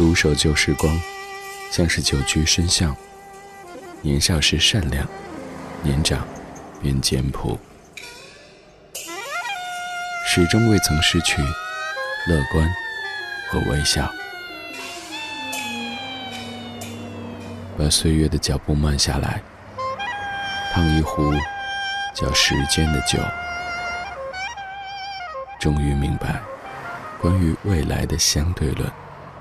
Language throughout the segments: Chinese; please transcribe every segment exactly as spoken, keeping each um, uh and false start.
独守旧时光，像是久居深巷。年少时善良，年长便简朴，始终未曾失去乐观和微笑。把岁月的脚步慢下来，烫一壶叫时间的酒，终于明白关于未来的相对论。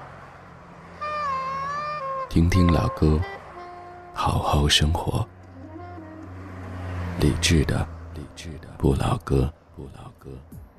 听听老歌，好好生活。理智的理智的不老歌不老歌。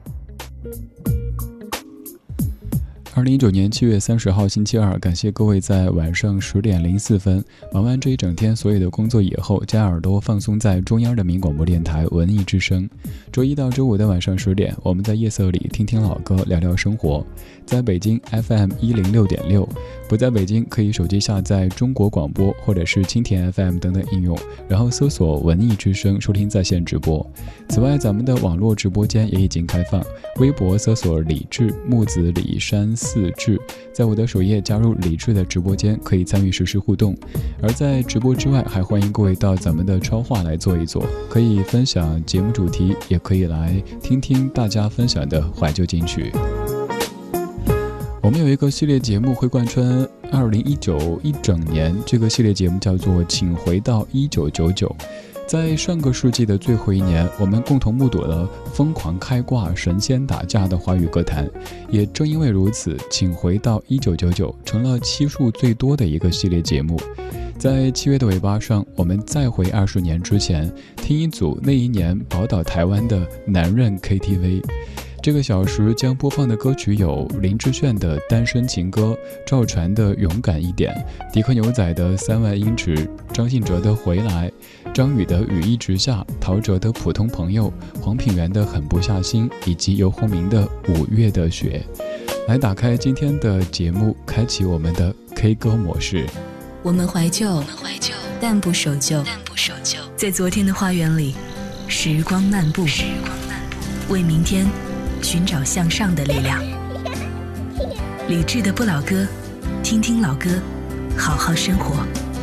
二零一九年七月三十号星期二，感谢各位在晚上十点零四分忙完这一整天所有的工作以后，将耳朵放松在中央人民广播电台文艺之声。周一到周五的晚上十点，我们在夜色里听听老歌，聊聊生活。在北京 F M 一零六点六，不在北京可以手机下载中国广播或者是蜻蜓 F M 等等应用，然后搜索文艺之声收听在线直播。此外，咱们的网络直播间也已经开放，微博搜索李志木子李山四志，在我的首页加入李志的直播间，可以参与实时互动。而在直播之外，还欢迎各位到咱们的超话来坐一坐，可以分享节目主题，也可以来听听大家分享的怀旧金曲。我们有一个系列节目会贯穿二零一九一整年，这个系列节目叫做请回到一九九九。在上个世纪的最后一年，我们共同目睹了疯狂开挂、神仙打架的华语歌坛。也正因为如此，请回到一九九九成了期数最多的一个系列节目。在七月的尾巴上，我们再回二十年之前，听一组那一年宝岛台湾的男人 K T V。这个小时将播放的歌曲有林志炫的《单身情歌》，赵传的《勇敢一点》，迪克牛仔的《三万英尺》，张信哲的《回来》，张宇的《雨一直下》，陶喆的《普通朋友》，黄品源的《狠不下心》，以及游鸿明的《五月的雪》。来打开今天的节目，开启我们的 K 歌模式。 我们怀旧，我们怀旧，但不守旧，但不守旧。在昨天的花园里，时光漫步，时光漫步，为明天寻找向上的力量。理智的不老歌，听听老歌，好好生活。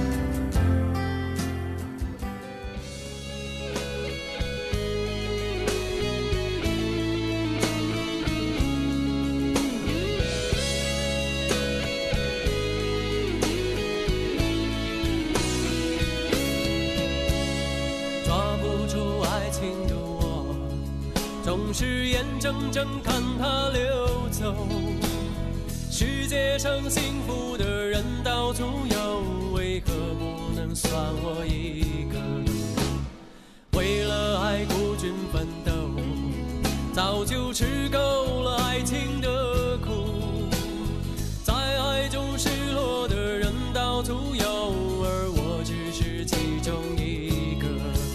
抓不住爱情的我，总是眼睁睁看它流走。世界上幸福的人到处有，为何不能算我一个？为了爱孤军奋斗，早就吃够了爱情的苦。在爱中失落的人到处有，而我只是其中一个。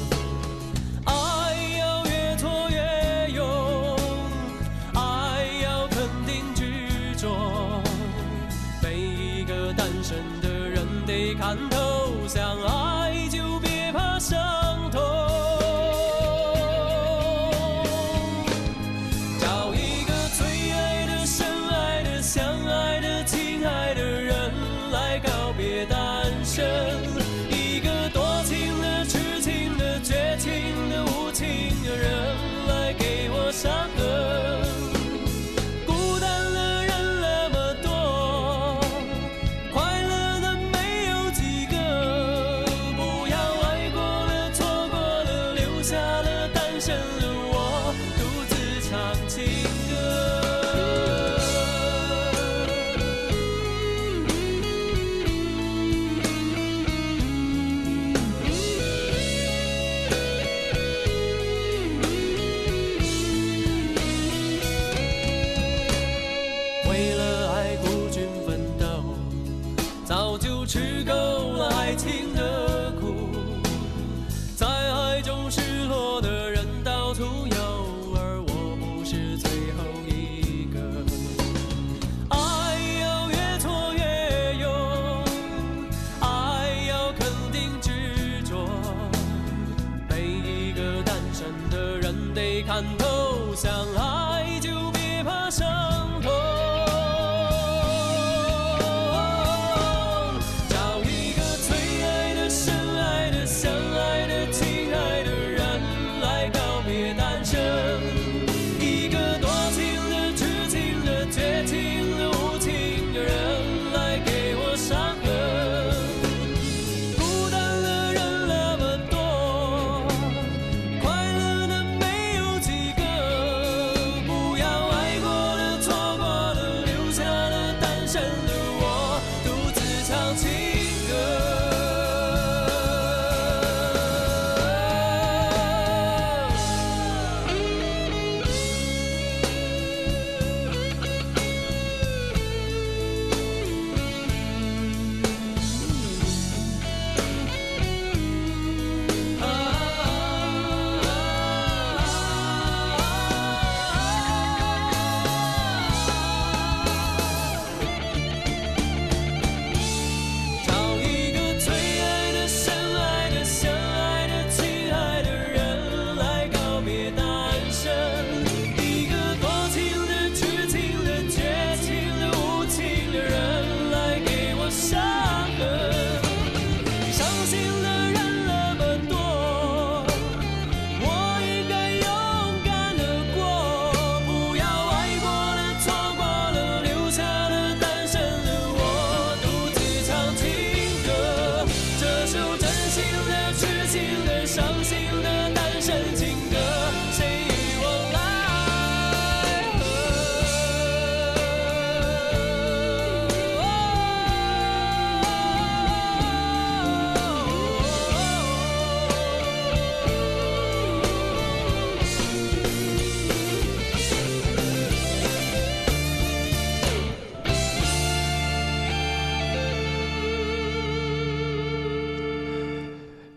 爱要越挫越勇，爱要肯定执着。每一个单身的人得看透，相爱就别怕伤痛。找一个最爱的、深爱的、相爱的、亲爱的人来告别单身。一个多情的、痴情的、绝情的、无情的人来给我伤痕。孤单的人那么多，快乐的没有几个。不要爱过了、错过了，留下了单身的我，独自唱情歌。为了爱孤军奋斗，早就吃够了爱情的苦。在爱中失落的人到处有，而我不是最后一个。爱要越挫越勇，爱要肯定执着。每一个单身的人得看透，相爱就别怕伤痛。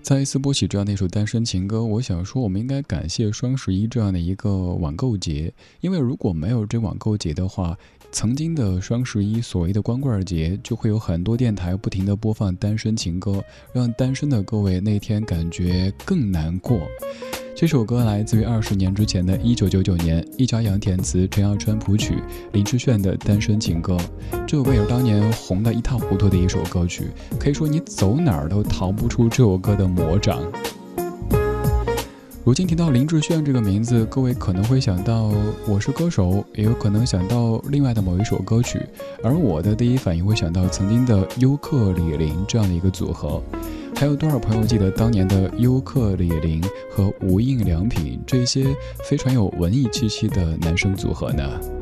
再一次播起这样的一首单身情歌，我想说我们应该感谢双十一这样的一个网购节，因为如果没有这网购节的话，曾经的双十一所谓的光棍节就会有很多电台不停地播放单身情歌，让单身的各位那天感觉更难过。这首歌来自于二十年之前的一九九九年，易家扬填词，陈耀川谱曲，林志炫的《单身情歌》。这首歌也是当年红得一塌糊涂的一首歌曲，可以说你走哪儿都逃不出这首歌的魔掌。如今提到林志炫这个名字，各位可能会想到《我是歌手》，也有可能想到另外的某一首歌曲，而我的第一反应会想到曾经的优客李林这样的一个组合。还有多少朋友记得当年的优客李林和无印良品这些非常有文艺气息的男生组合呢？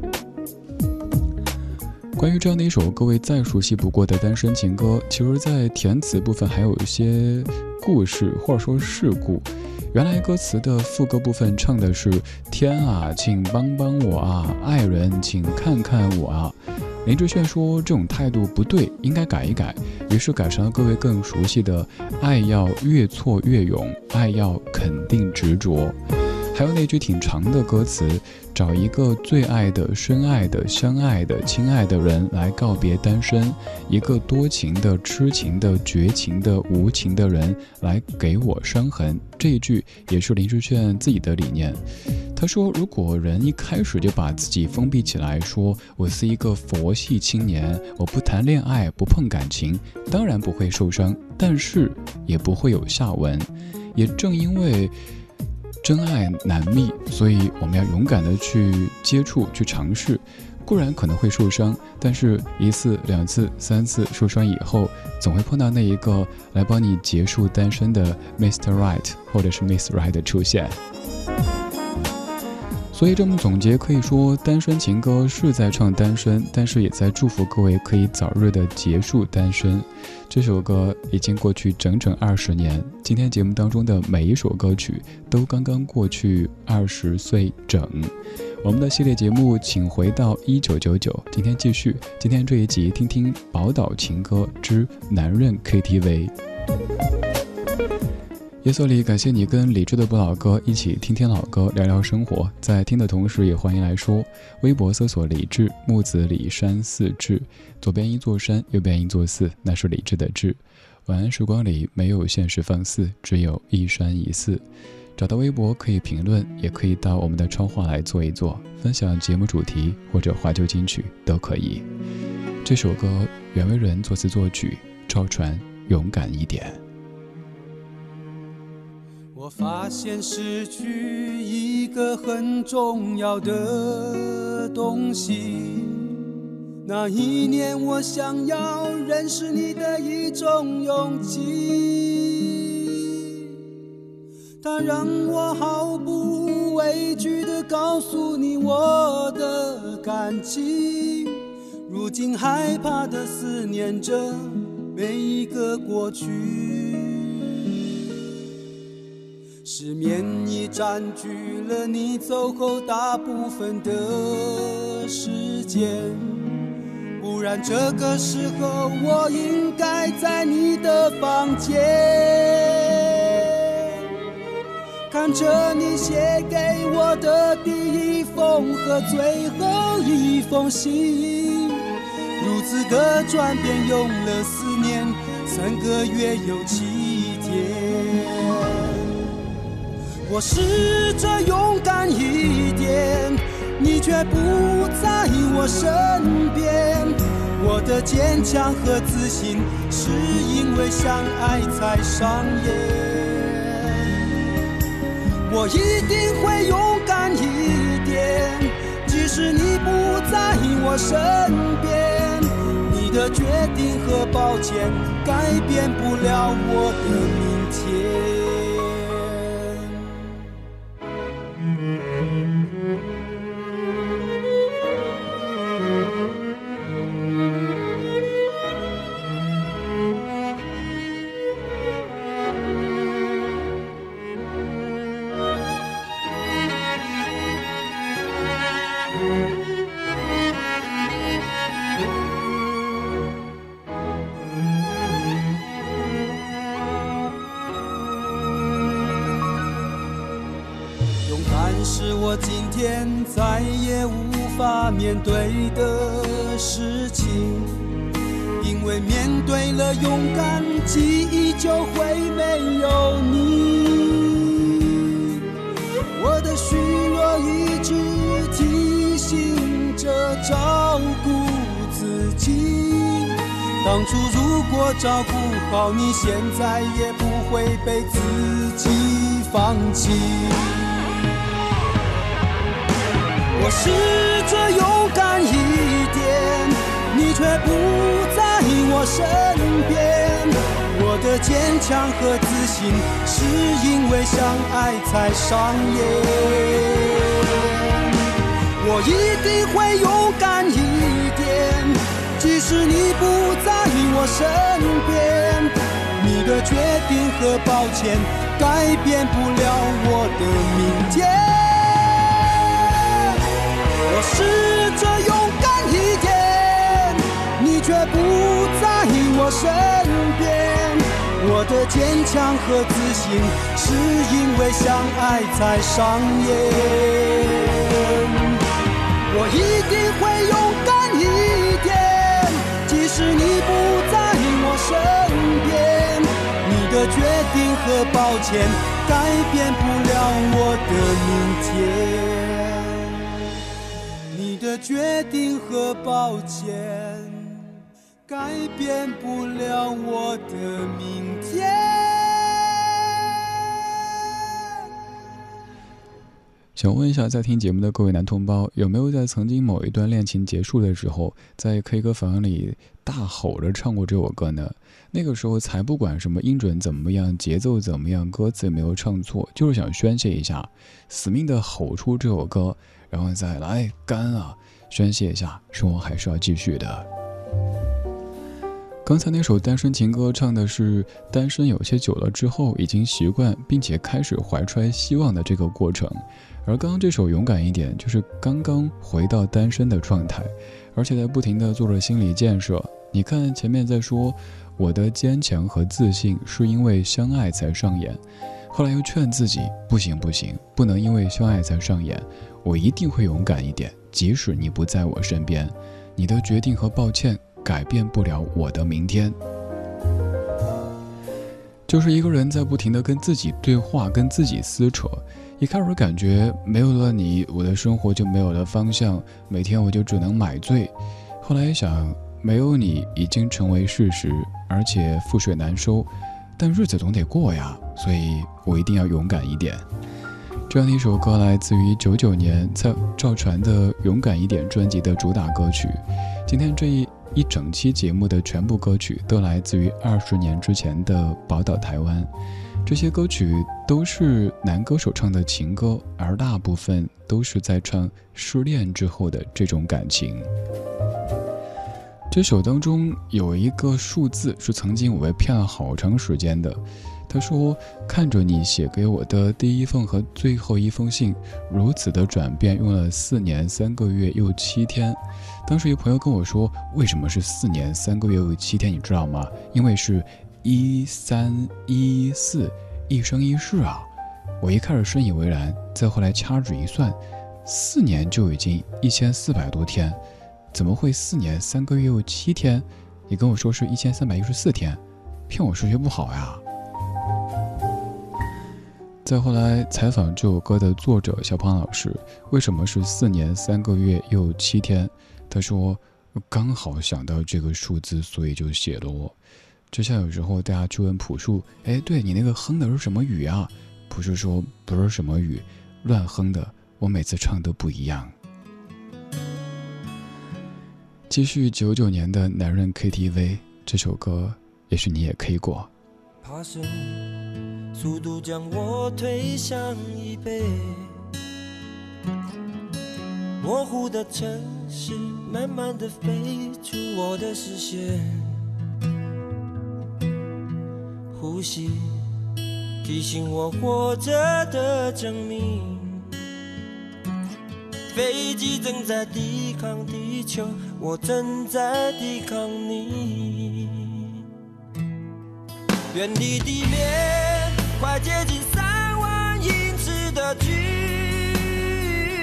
关于这样的一首各位再熟悉不过的单身情歌，其实在填词部分还有一些故事或者说事故。原来歌词的副歌部分唱的是天啊请帮帮我啊，爱人请看看我啊。林志炫说这种态度不对，应该改一改，于是改成了各位更熟悉的爱要越挫越勇，爱要肯定执着。还有那句挺长的歌词，找一个最爱的深爱的相爱的亲爱的人来告别单身，一个多情的痴情的绝情的无情的人来给我伤痕。这一句也是林志炫自己的理念。他说如果人一开始就把自己封闭起来，说我是一个佛系青年，我不谈恋爱不碰感情，当然不会受伤，但是也不会有下文。也正因为真爱难觅，所以我们要勇敢的去接触去尝试，固然可能会受伤，但是一次两次三次受伤以后，总会碰到那一个来帮你结束单身的 Mister Right 或者是 Miss Right 的出现。所以这么总结，可以说单身情歌是在唱单身，但是也在祝福各位可以早日的结束单身。这首歌已经过去整整二十年，今天节目当中的每一首歌曲都刚刚过去二十岁整。我们的系列节目请回到一九九九，今天继续，今天这一集听听宝岛情歌之男人 K T V。夜色里，感谢你跟理智的不老歌一起听听老歌，聊聊生活。在听的同时，也欢迎来说。微博搜索理智，木子李山寺志，左边一座山，右边一座寺，那是理智的智。晚安时光里没有现实放肆，只有一山一寺。找到微博可以评论，也可以到我们的超话来做一做，分享节目主题或者怀旧金曲都可以。这首歌袁惟仁作词作曲，赵传，勇敢一点。 我发现失去一个很重要的东西，那一年我想要认识你的一种勇气，它让我毫不畏惧地告诉你我的感情，如今害怕地思念着每一个过去，失眠已占据了你走后大部分的时间，不然这个时候我应该在你的房间，看着你写给我的第一封和最后一封信，如此个转变用了四年三个月有七天，我试着勇敢一点，你却不在我身边，我的坚强和自信是因为相爱才上演，我一定会勇敢一点，即使你不在我身边，你的决定和抱歉改变不了我的明天。 我今天再也无法面对的事情，因为面对了勇敢，记忆就会没有你。我的虚弱一直提醒着照顾自己，当初如果照顾好你，现在也不会被自己放弃。我试着勇敢一点，你却不在我身边。我的坚强和自信，是因为相爱才上演。我一定会勇敢一点，即使你不在我身边。你的决定和抱歉，改变不了我的明天。我试着勇敢一点，你却不在我身边。我的坚强和自信，是因为相爱才上演。我一定会勇敢一点，即使你不在我身边。你的决定和抱歉，改变不了我的明天。你的决定和抱歉，改变不了我的明天。 想问一下，在听节目的各位男同胞，有没有在曾经某一段恋情结束的时候，在 K 歌房里大吼着唱过这首歌呢？那个时候才不管什么音准怎么样，节奏怎么样，歌词有没有唱错，就是想宣泄一下，死命的吼出这首歌，然后再来干啊，宣泄一下，生活还是要继续的。刚才那首单身情歌唱的是单身有些久了之后，已经习惯并且开始怀揣希望的这个过程。而刚刚这首勇敢一点，就是刚刚回到单身的状态，而且在不停地做着心理建设。你看前面在说我的坚强和自信是因为相爱才上演，后来又劝自己不行不行，不能因为相爱才上演，我一定会勇敢一点，即使你不在我身边。你的决定和抱歉改变不了我的明天。就是一个人在不停地跟自己对话，跟自己撕扯。一开始感觉没有了你，我的生活就没有了方向，每天我就只能买醉。后来想，没有你已经成为事实，而且覆水难收，但日子总得过呀，所以我一定要勇敢一点。这样的一首歌来自于九九年在赵传的《勇敢一点》专辑的主打歌曲。今天这一一整期节目的全部歌曲都来自于二十年之前的《宝岛台湾》，这些歌曲都是男歌手唱的情歌，而大部分都是在唱失恋之后的这种感情。这首当中有一个数字是曾经我被骗了好长时间的，他说，看着你写给我的第一封和最后一封信，如此的转变用了四年三个月又七天。当时一个朋友跟我说，为什么是四年三个月又七天，你知道吗？因为是一三一四，一生一世啊。我一开始深以为然，再后来掐指一算，四年就已经一千四百多天，怎么会四年三个月又七天？你跟我说是一千三百一十四天，骗我数学不好呀。再后来采访这首歌的作者小胖老师，为什么是四年三个月又七天？他说刚好想到这个数字，所以就写了我。就像有时候大家去问朴树，哎，对你那个哼的是什么语啊？朴树说不是什么语，乱哼的，我每次唱都不一样。继续九九年的男人 K T V 这首歌，也许你也 K 过。 爬升速度将我推向椅背，模糊的城市慢慢地飞出我的视线，呼吸提醒我活着的证明，飞机正在抵抗地球，我正在抵抗你，远离地面快接近三万英尺的距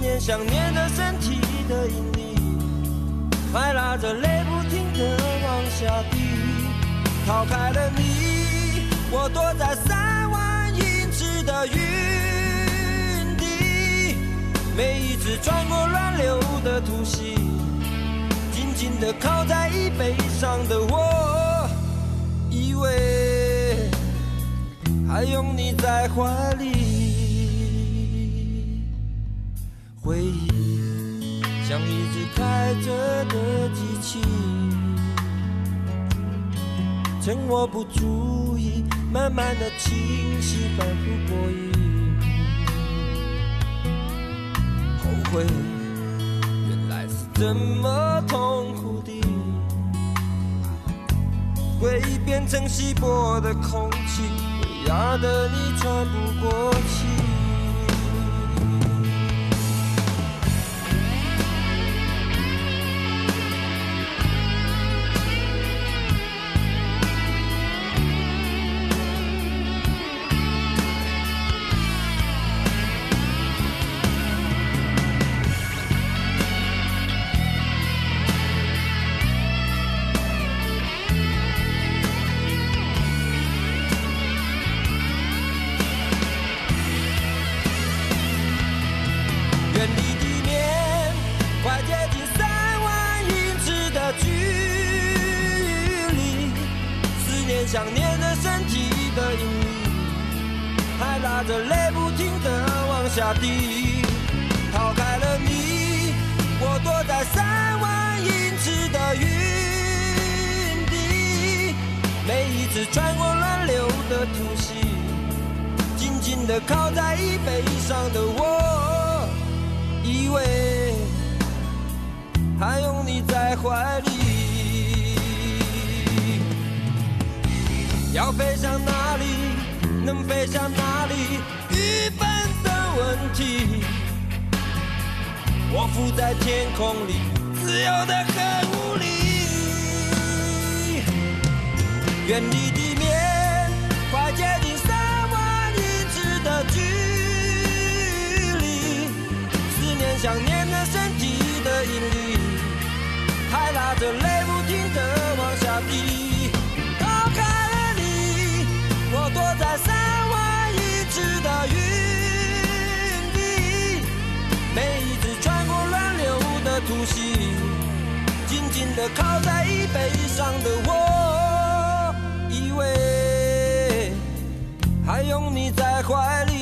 念想念的身体的引力，还拉着泪不停地往下滴。逃开了你，我躲在三万英尺的云底，每一次穿过乱流的突袭，紧紧地靠在椅背上的我，以为还拥你在怀里。回忆像一只开着的机器，趁我不注意，慢慢的清晰，反复过瘾。后悔原来是这么痛苦的，回忆变成稀薄的空气，会压得你喘不过气。想念的身体的引力，还拉着泪不停地往下滴。逃开了你，我躲在三万英尺的云底，每一次穿过乱流的突袭，紧紧地靠在椅背上的我，以为还拥你在怀里。要飞向哪里，能飞向哪里，愚笨的问题。我浮在天空里，自由得很无力。远离地面，快接近三万英尺的距离。思念想念的身体的引力，还拉着泪不停地往下滴。我躲在三万英尺的云底，每一次穿过乱流的突袭，紧紧地靠在椅背上的我，以为还拥你在怀里。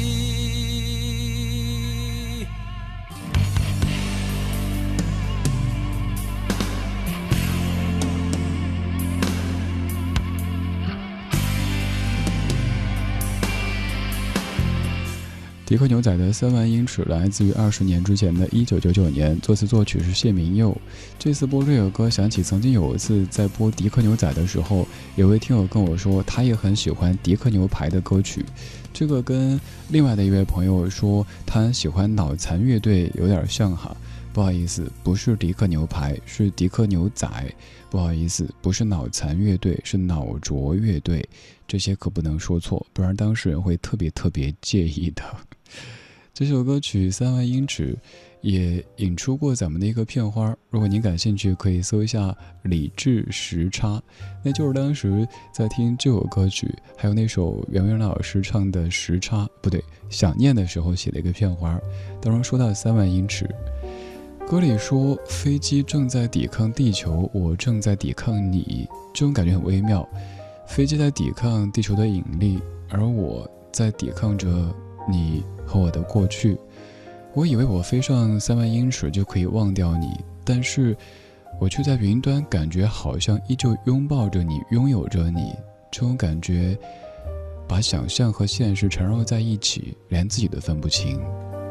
迪克牛仔的三万英尺来自于二十年之前的一九九九年，作词作曲是谢明佑。这次播这首歌，想起曾经有一次在播迪克牛仔的时候，有位听友跟我说，他也很喜欢迪克牛排的歌曲。这个跟另外的一位朋友说，他很喜欢脑残乐队，有点像哈。不好意思，不是迪克牛排，是迪克牛仔。不好意思，不是脑残乐队，是脑浊乐队。这些可不能说错，不然当事人会特别特别介意的。这首歌曲《三万英尺》也引出过咱们的一个片花，如果您感兴趣，可以搜一下李志时差，那就是当时在听这首歌曲，还有那首袁惟仁老师唱的《时差》不对，想念的时候写了一个片花。当中说到三万英尺，歌里说飞机正在抵抗地球，我正在抵抗你，这种感觉很微妙。飞机在抵抗地球的引力，而我在抵抗着你和我的过去。我以为我飞上三万英尺就可以忘掉你，但是我却在云端感觉好像依旧拥抱着你，拥有着你。这种感觉把想象和现实缠绕在一起，连自己都分不清。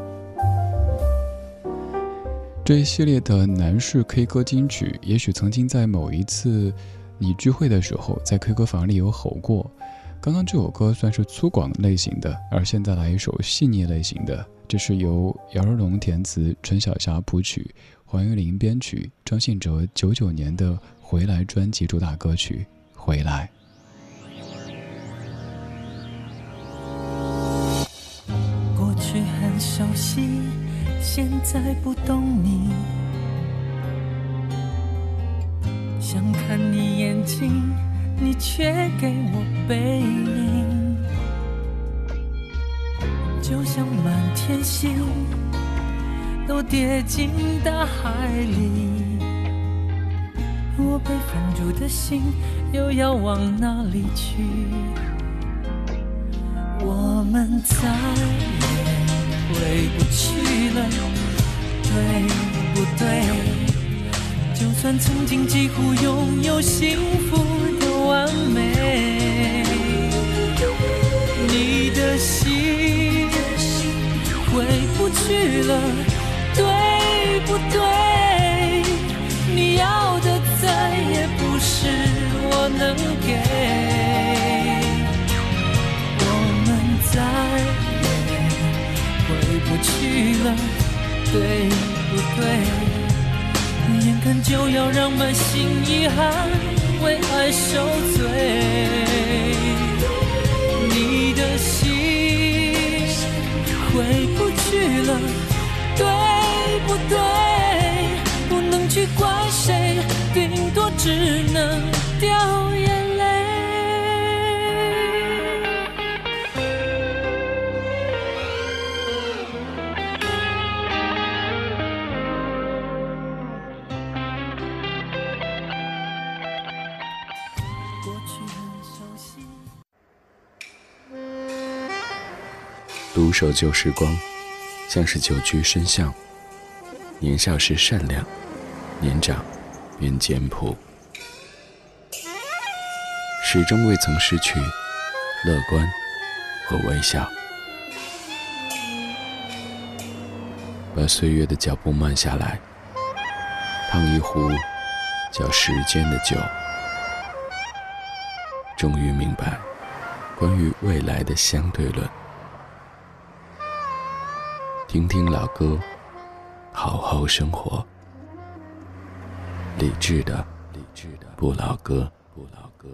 这一系列的男士 K 歌金曲，也许曾经在某一次你聚会的时候，在 K 歌房里有吼过。刚刚这首歌算是粗犷类型的，而现在来一首细腻类型的，这是由姚若龙填词，陈小霞谱曲，黄韵玲编曲，张信哲九九年的《回来》专辑主打歌曲《回来》。 过去很熟悉， 现在不懂你，想看你眼睛，你却给我背影，就像满天星都跌进大海里，我被放逐的心又要往哪里去？我们再也回不去了，对不对？就算曾经几乎拥有幸福的完美，你的心回不去了，对不对？你要的再也不是我能给，我们再也回不去了，对不对？眼看就要让满心遗憾为爱受罪，你的心回不去了，对不对？不能去怪谁，顶多只能掉眼泪。 独守旧时光，像是久居深巷。年少时善良，年长便简朴，始终未曾失去乐观和微笑。把岁月的脚步慢下来，烫一壶叫时间的酒，终于明白关于未来的相对论。听听老歌，好好生活。理智的理智的不老歌不老歌。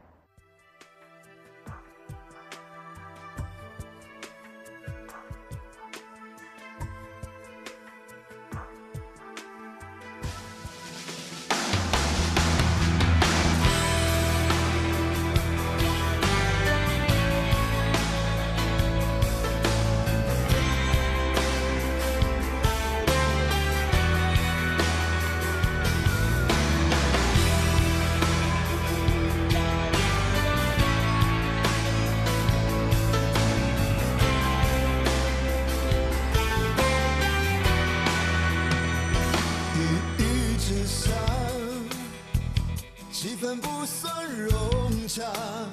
气氛不算融洽，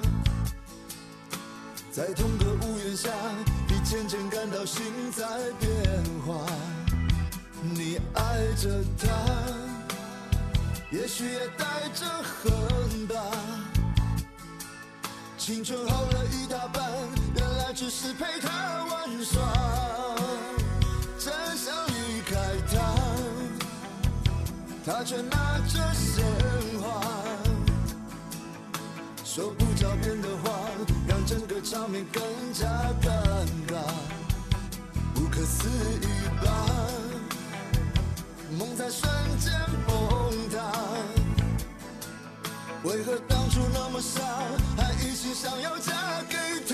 在同个屋檐下，你渐渐感到心在变化。你爱着他，也许也带着恨吧。青春耗了一大半，原来只是陪他玩耍。真想离开他，他却拿着鲜花。说不着边的话，让整个场面更加尴尬。不可思议吧，梦在瞬间崩塌。为何当初那么傻，还一心想要嫁给他？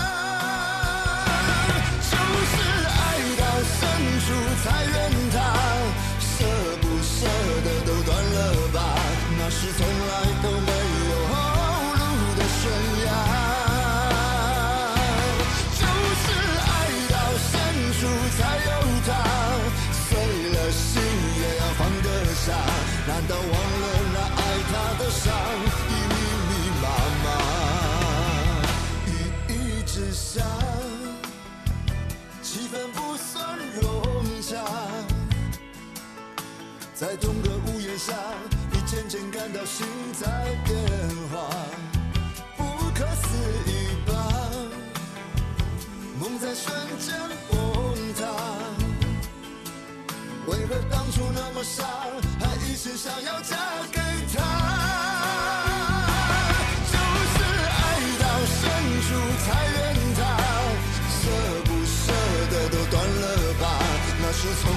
就是爱到深处才怨他，舍不舍得都断了吧。那是从来都没有后路的悬崖，就是爱到深处才有他，碎了心也要放得下。难道忘了那爱他的伤已密密麻麻？雨一直下，气氛不算融洽，在同个屋檐下，你渐渐感到心在变化。不可思议吧，梦在瞬间崩塌。为何当初那么傻，还一心想要嫁给他？就是爱到深处才怨他，舍不舍得都断了吧。那是从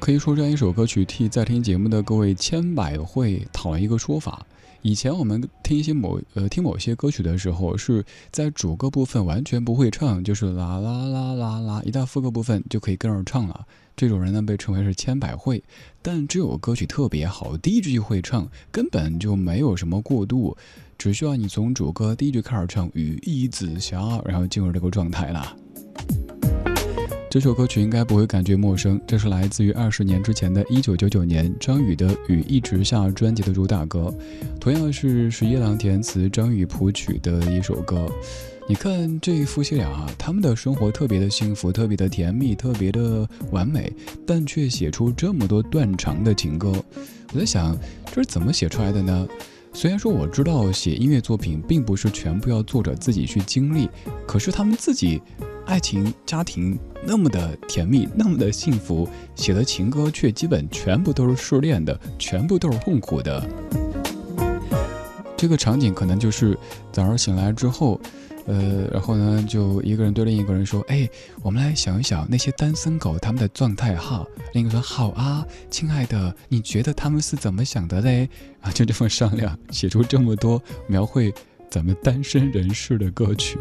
可以说这样一首歌曲替在听节目的各位千百惠讨了一个说法。以前我们听一些某呃听某些歌曲的时候，是在主歌部分完全不会唱，就是啦啦啦啦啦，一到副歌部分就可以跟着唱了。这种人呢被称为是千百惠。但这首歌曲特别好，第一句就会唱，根本就没有什么过渡，只需要你从主歌第一句开始唱羽翼紫霞，然后进入这个状态了。这首歌曲应该不会感觉陌生，这是来自于二十年之前的一九九九年张宇的《羽翼直下》专辑的主打歌，同样是十一郎填词张宇谱曲的一首歌。你看这夫妻俩啊，他们的生活特别的幸福，特别的甜蜜，特别的完美，但却写出这么多断肠的情歌。我在想，这是怎么写出来的呢？虽然说我知道写音乐作品并不是全部要作者自己去经历，可是他们自己爱情家庭那么的甜蜜，那么的幸福，写的情歌却基本全部都是失恋的，全部都是痛苦的。这个场景可能就是早上醒来之后，呃，然后呢，就一个人对另一个人说：“哎，我们来想一想那些单身狗他们的状态哈。”另一个说：“好啊，亲爱的，你觉得他们是怎么想的嘞？”啊，就这么商量，写出这么多描绘咱们单身人士的歌曲。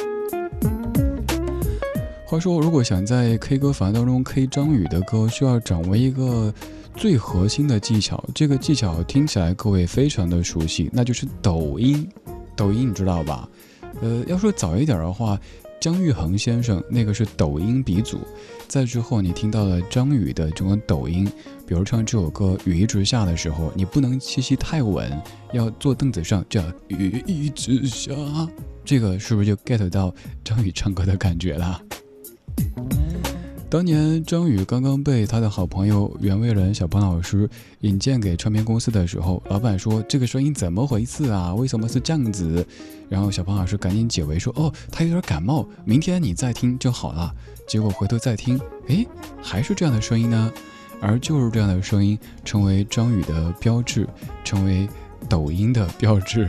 话说，如果想在 K 歌房当中 K 张宇的歌，需要掌握一个最核心的技巧，这个技巧听起来各位非常的熟悉，那就是抖音。抖音你知道吧？呃，要说早一点的话，姜育恒先生那个是抖音鼻祖。再之后，你听到了张宇的这种抖音，比如唱这首歌《羽翼直下》的时候，你不能气息太稳，要坐凳子上叫羽翼直下，这个是不是就 get 到张宇唱歌的感觉了？当年张宇刚刚被他的好朋友袁惟仁小鹏老师引荐给唱片公司的时候，老板说这个声音怎么回事啊？为什么是这样子？然后小鹏老师赶紧解围说，哦，他有点感冒，明天你再听就好了。结果回头再听，诶，还是这样的声音呢。而就是这样的声音成为张宇的标志，成为抖音的标志。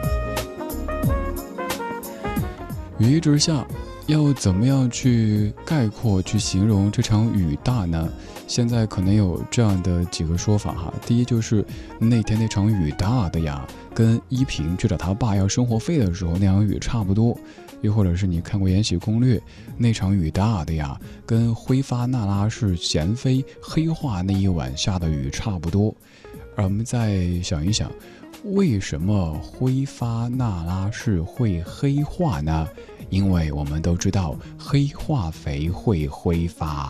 羽翼直下，要怎么样去概括去形容这场雨大呢？现在可能有这样的几个说法哈。第一就是那天那场雨大的呀，跟依萍去找他爸要生活费的时候那场雨差不多。又或者是你看过《延禧攻略》，那场雨大的呀，跟挥发那拉氏娴妃黑化那一晚下的雨差不多。而我们再想一想，为什么挥发那拉氏会黑化呢？因为我们都知道黑化肥会挥发。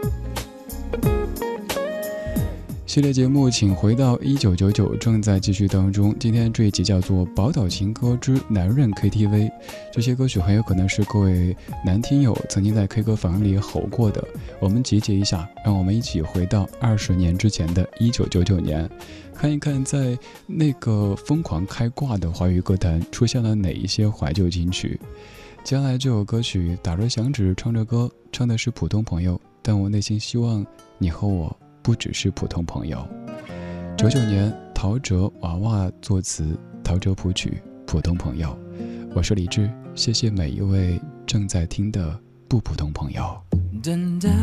系列节目请回到一九九九正在继续当中，今天这一集叫做宝岛情歌之男人 K T V。 这些歌曲很有可能是各位男听友曾经在 K 歌房里吼过的，我们集结一下，让我们一起回到二十年之前的一九九九年，看一看在那个疯狂开挂的华语歌坛出现了哪一些怀旧金曲。接下来这首歌曲打着响指唱着歌，唱的是普通朋友，但我内心希望你和我不只是普通朋友。九九年陶喆娃娃作词，陶喆谱曲，普通朋友。我是李志，谢谢每一位正在听的不普通朋友。 等待，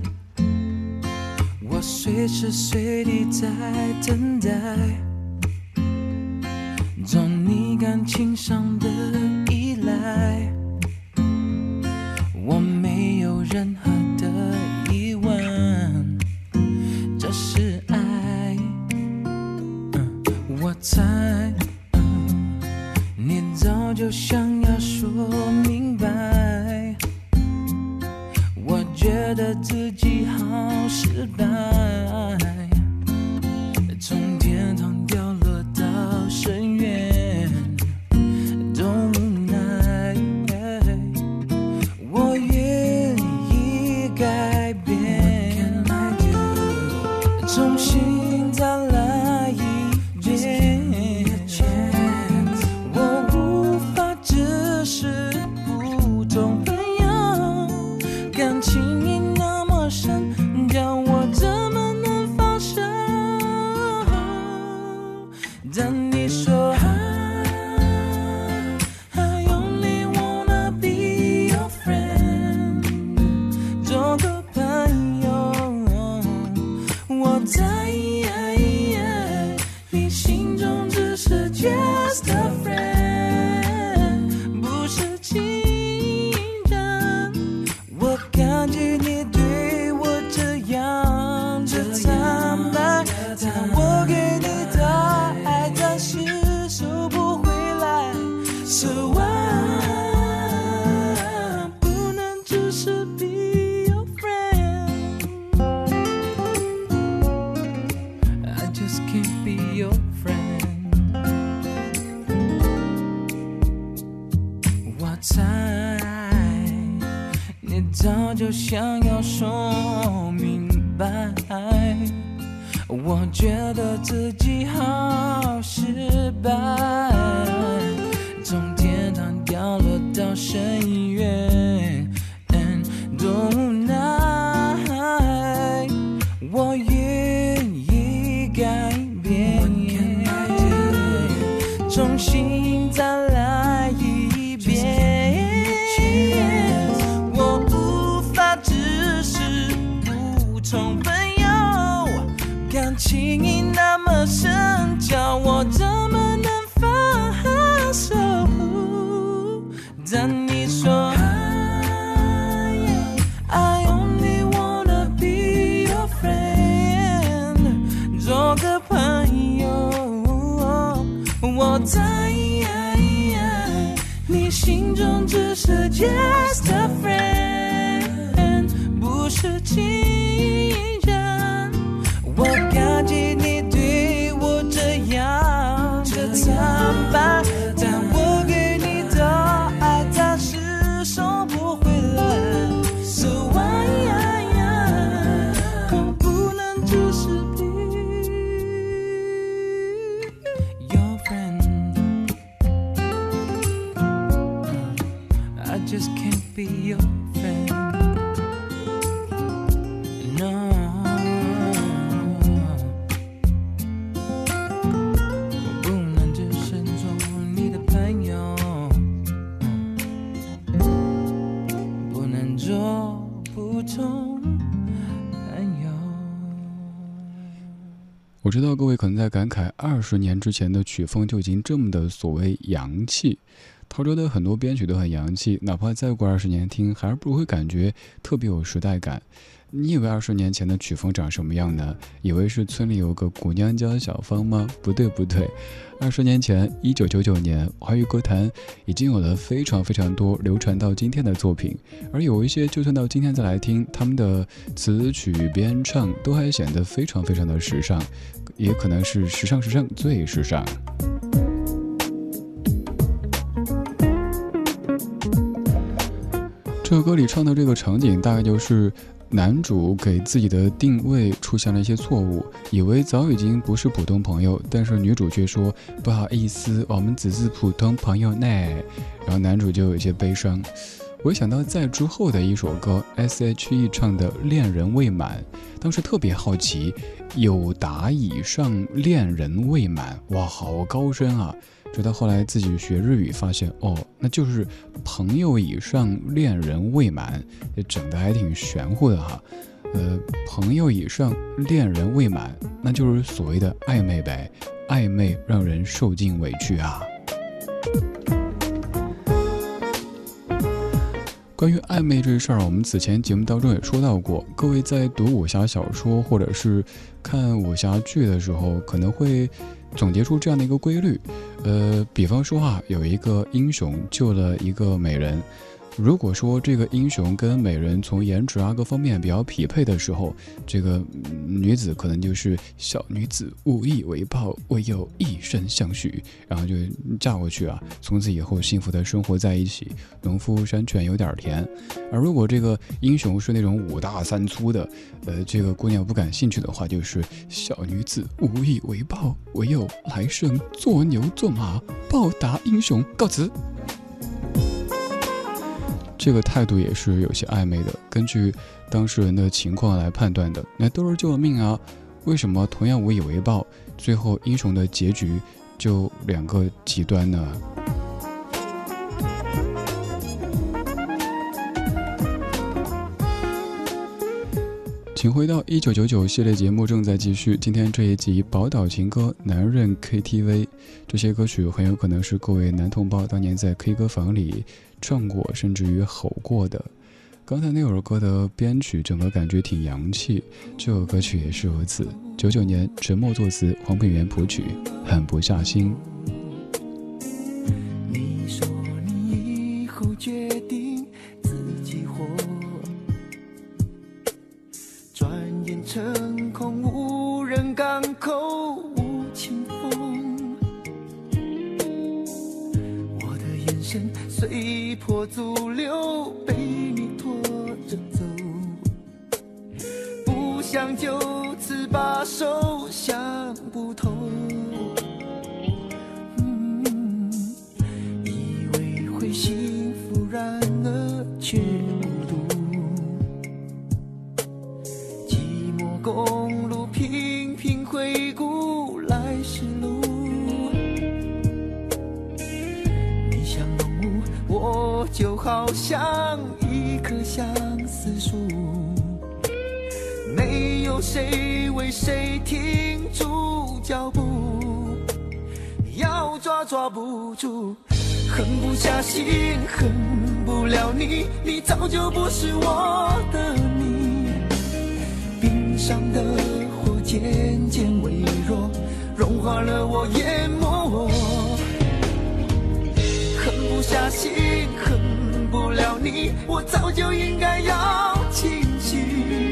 我随时随地在等待，做你感情上的依赖，我没有任何的疑问，这是爱。嗯、我猜、嗯、你早就想要说明白，我觉得自己好失败，从天堂掉落到深渊都无奈，我愿意改变，重新再来一遍，我无法只是普通朋友，感情已那么深，叫我怎么能放手？但你说I only wanna be your friend， 做个朋友， 早就想要说明白，我觉得自己好失败，从天堂掉落到深渊，多无奈，我愿意改变，重新再来一遍，我无法只是普通朋友，感情那么深，叫我怎么能放手？但你说I only wanna be your friend， 做个朋友，我在你心中只是 just a friend， 不是情人。我感激你对我这样的坦白，但我给你的爱暂时收不回来。So why我不能只是 be your friend， I just can't be your friend， no， 我不能只是做你的朋友，不能做普通朋友。 我知道各位可能在感慨，二十年之前的曲风就已经这么的所谓洋气。陶喆的很多编曲都很洋气，哪怕再过二十年听，还是不会感觉特别有时代感。你以为二十年前的曲风长什么样呢？以为是村里有个姑娘叫小芳吗？不对不对，二十年前，一九九九年，华语歌坛已经有了非常非常多流传到今天的作品，而有一些就算到今天再来听，他们的词曲编唱都还显得非常非常的时尚，也可能是时尚时尚最时尚。这首歌里唱的这个场景大概就是男主给自己的定位出现了一些错误，以为早已经不是普通朋友，但是女主却说不好意思，我们只是普通朋友呢，然后男主就有一些悲伤。我想到在之后的一首歌 S H E 唱的恋人未满，当时特别好奇，有达以上恋人未满，哇好高深啊，直到后来自己学日语发现，哦那就是朋友以上恋人未满，整的还挺玄乎的哈。呃，朋友以上恋人未满，那就是所谓的暧昧呗，暧昧让人受尽委屈啊。关于暧昧这事儿，我们此前节目当中也说到过，各位在读武侠小说或者是看武侠剧的时候，可能会总结出这样的一个规律，呃，比方说啊，有一个英雄救了一个美人，如果说这个英雄跟美人从颜值啊各方面比较匹配的时候，这个、嗯、女子可能就是小女子无以为报，唯有一生相许，然后就嫁过去啊，从此以后幸福的生活在一起，农夫山泉有点甜。而如果这个英雄是那种五大三粗的，呃，这个姑娘不感兴趣的话，就是小女子无以为报，唯有来生做牛做马，报答英雄，告辞。这个态度也是有些暧昧的，根据当事人的情况来判断的。那都是救了命啊，为什么同样无以为报，最后英雄的结局就两个极端呢？请回到一九九九系列节目正在继续，今天这一集宝岛情歌男人 K T V， 这些歌曲很有可能是各位男同胞当年在 K 歌房里唱过甚至于吼过的。刚才那首歌的编曲整个感觉挺洋气，这首歌曲也是如此。九九年陈默作词，黄品源谱曲，狠不下心。 你说你以后决定自己活，转眼成空，无人港口无清风，我的眼神随波逐流，被你拖着想就此把手想不透。嗯，以为会幸福，然而却孤独。寂寞公路频频回顾来时路。你像浓雾，我就好像一棵相思树。没有谁为谁停住脚步，要抓抓不住，狠不下心，恨不了你，你早就不是我的你。冰上的火渐渐微弱，融化了我，淹没我。狠不下心，恨不了你，我早就应该要清醒。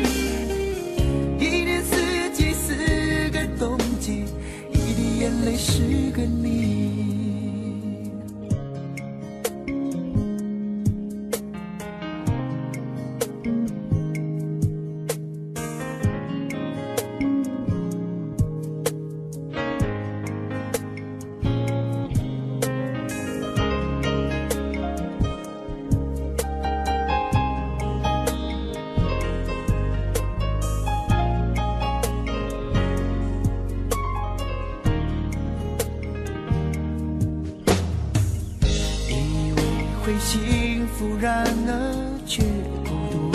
一年四季四个冬季，一滴眼泪是个你。幸福，然而却孤独。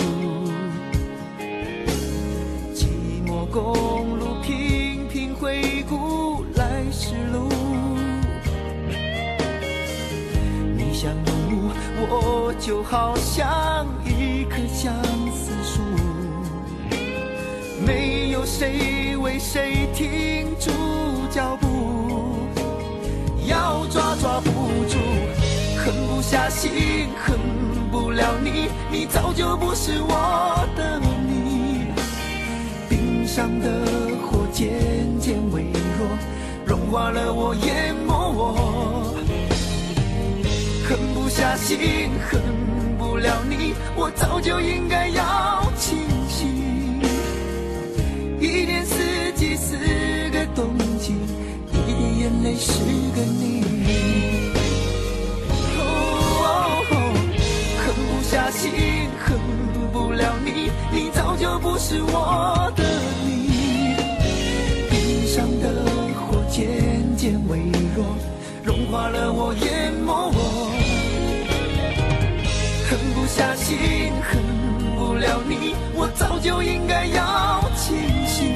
寂寞公路频频回顾来时路。你像浓雾，我就好像一棵相思树。没有谁为谁停住脚步，要抓抓不住。狠不下心，恨不了你，你早就不是我的你。冰上的火渐渐微弱，融化了我，淹没我。狠不下心，恨不了你，我早就应该要清醒。一年四季四个冬季，一滴眼泪是个你。下心，恨不了你，你早就不是我的你。冰上的火渐渐微弱，融化了我，淹没我。狠不下心，恨不了你，我早就应该要清醒。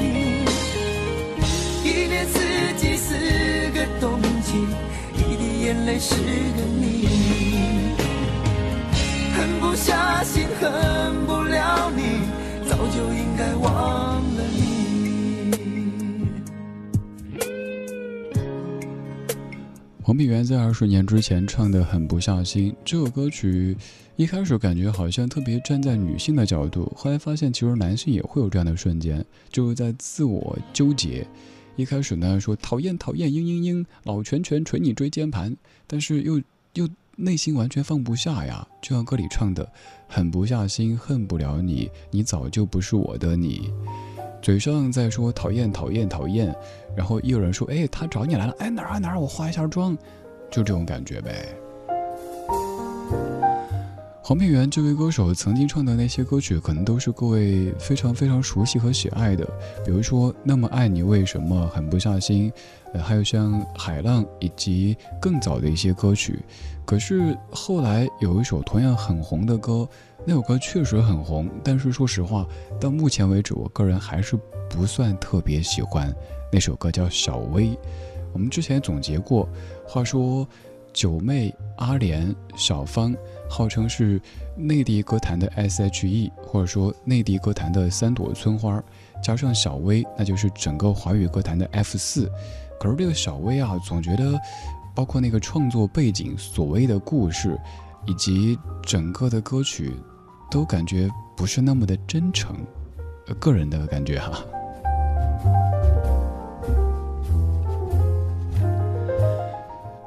一年四季四个冬季，一滴眼泪是个你。狠不下心，恨不了你，早就应该忘了你。 黄碧源在二十年之前唱的《狠不下心》这首歌曲，一开始感觉好像特别站在女性的角度，后来发现其实男性也会有这样的瞬间，就是在自我纠结。一开始呢说讨厌讨厌嘤嘤嘤，老拳拳捶你椎间盘，但是又又内心完全放不下呀，就像歌里唱的，狠不下心，恨不了你，你早就不是我的你。嘴上在说讨厌讨厌讨厌，然后又有人说，哎，他找你来了，哎，哪儿哪儿，我化一下妆，就这种感觉呗。黄碧源这位歌手曾经唱的那些歌曲，可能都是各位非常非常熟悉和喜爱的，比如说那么爱你为什么，狠不下心，呃，还有像海浪以及更早的一些歌曲。可是后来有一首同样很红的歌，那首歌确实很红，但是说实话，到目前为止我个人还是不算特别喜欢。那首歌叫小薇，我们之前总结过，话说九妹、阿莲、小芳号称是内地歌坛的 S H E， 或者说内地歌坛的三朵村花，加上小薇，那就是整个华语歌坛的 F 四。可是这个小薇啊，总觉得包括那个创作背景、所谓的故事，以及整个的歌曲，都感觉不是那么的真诚，个人的感觉哈。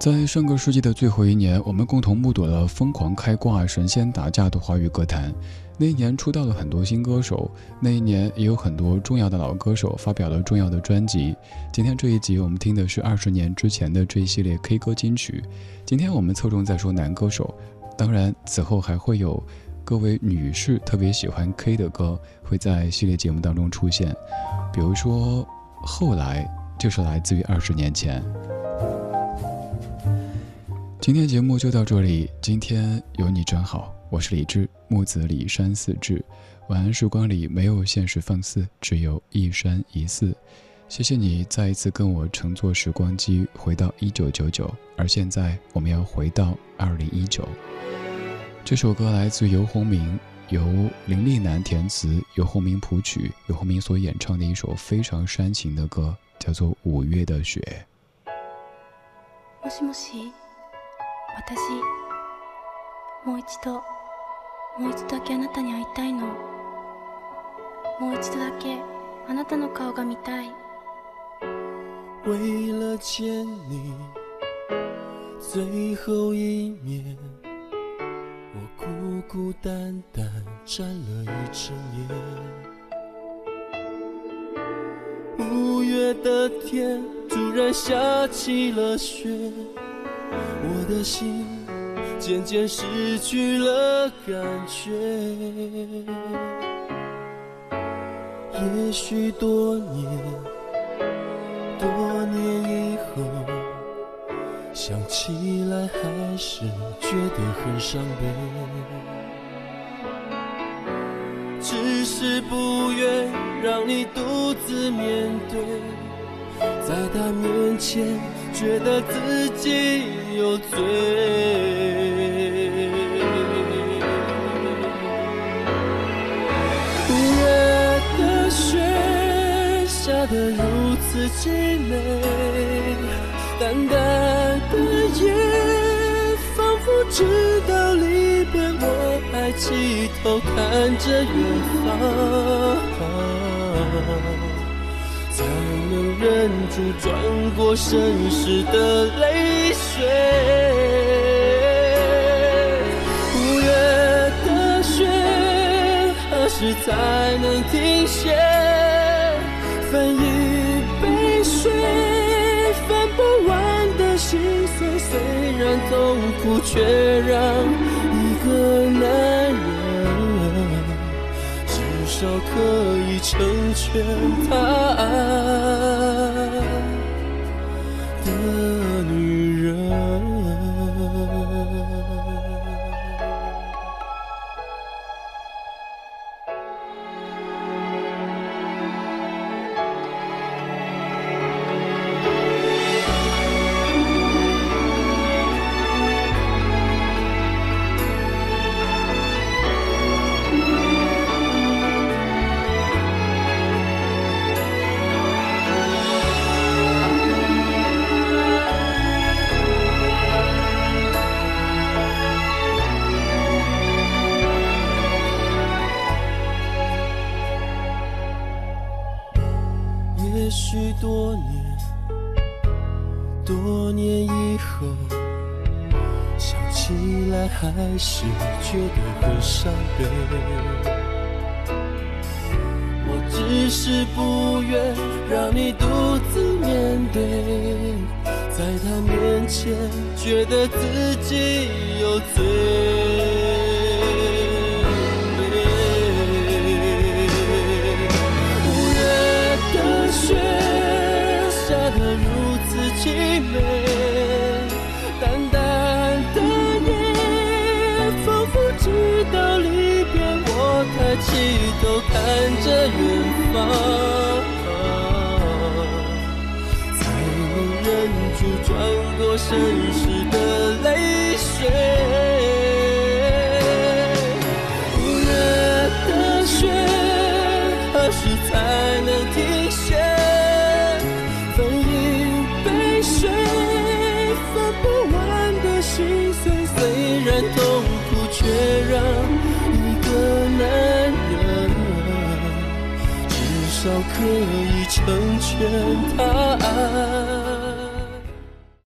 在上个世纪的最后一年，我们共同目睹了疯狂开挂、神仙打架的华语歌坛。那一年出道了很多新歌手，那一年也有很多重要的老歌手发表了重要的专辑。今天这一集我们听的是二十年之前的这一系列 K 歌金曲。今天我们侧重在说男歌手，当然此后还会有各位女士特别喜欢 K 的歌会在系列节目当中出现，比如说后来，就是来自于二十年前。今天节目就到这里，今天有你真好，我是李志，木子李山四志。晚安时光里没有现实放肆，只有一山一寺。谢谢你再一次跟我乘坐时光机回到一九九九，而现在我们要回到二零一九。这首歌来自游鸿明，由林立南填词，由鸿明谱曲，由鸿明所演唱的一首非常煽情的歌，叫做《五月的雪》。 もしもし、私もう一度もう一度だけあなたに会いたいの。もう一度だけあなたの顔が見たい。 为了见你最后一面，我孤孤单单站了一整夜。五月的天突然下起了雪，我的心渐渐失去了感觉。也许多年多年以后想起来还是觉得很伤悲，只是不愿让你独自面对，在他面前觉得自己有罪。五月的雪下得如此凄美，淡淡的夜仿佛知道离别，我还低头看着远方，才能忍住转过身时的泪水。五月的雪何时才能停歇？分一杯水，分不完的心碎，虽然痛苦，却让一个男人至少可以成全他的女人。也许多年多年以后想起来还是觉得很伤悲，我只是不愿让你独自面对，在他面前觉得自己有罪。雪下得如此凄美，淡淡的夜仿佛知道离别，我抬起头看着远方，才能忍住转过身时的泪水。五月的雪何时才能停歇？分一杯水，分不完的心碎，虽然痛苦，却让一个男人至少可以成全他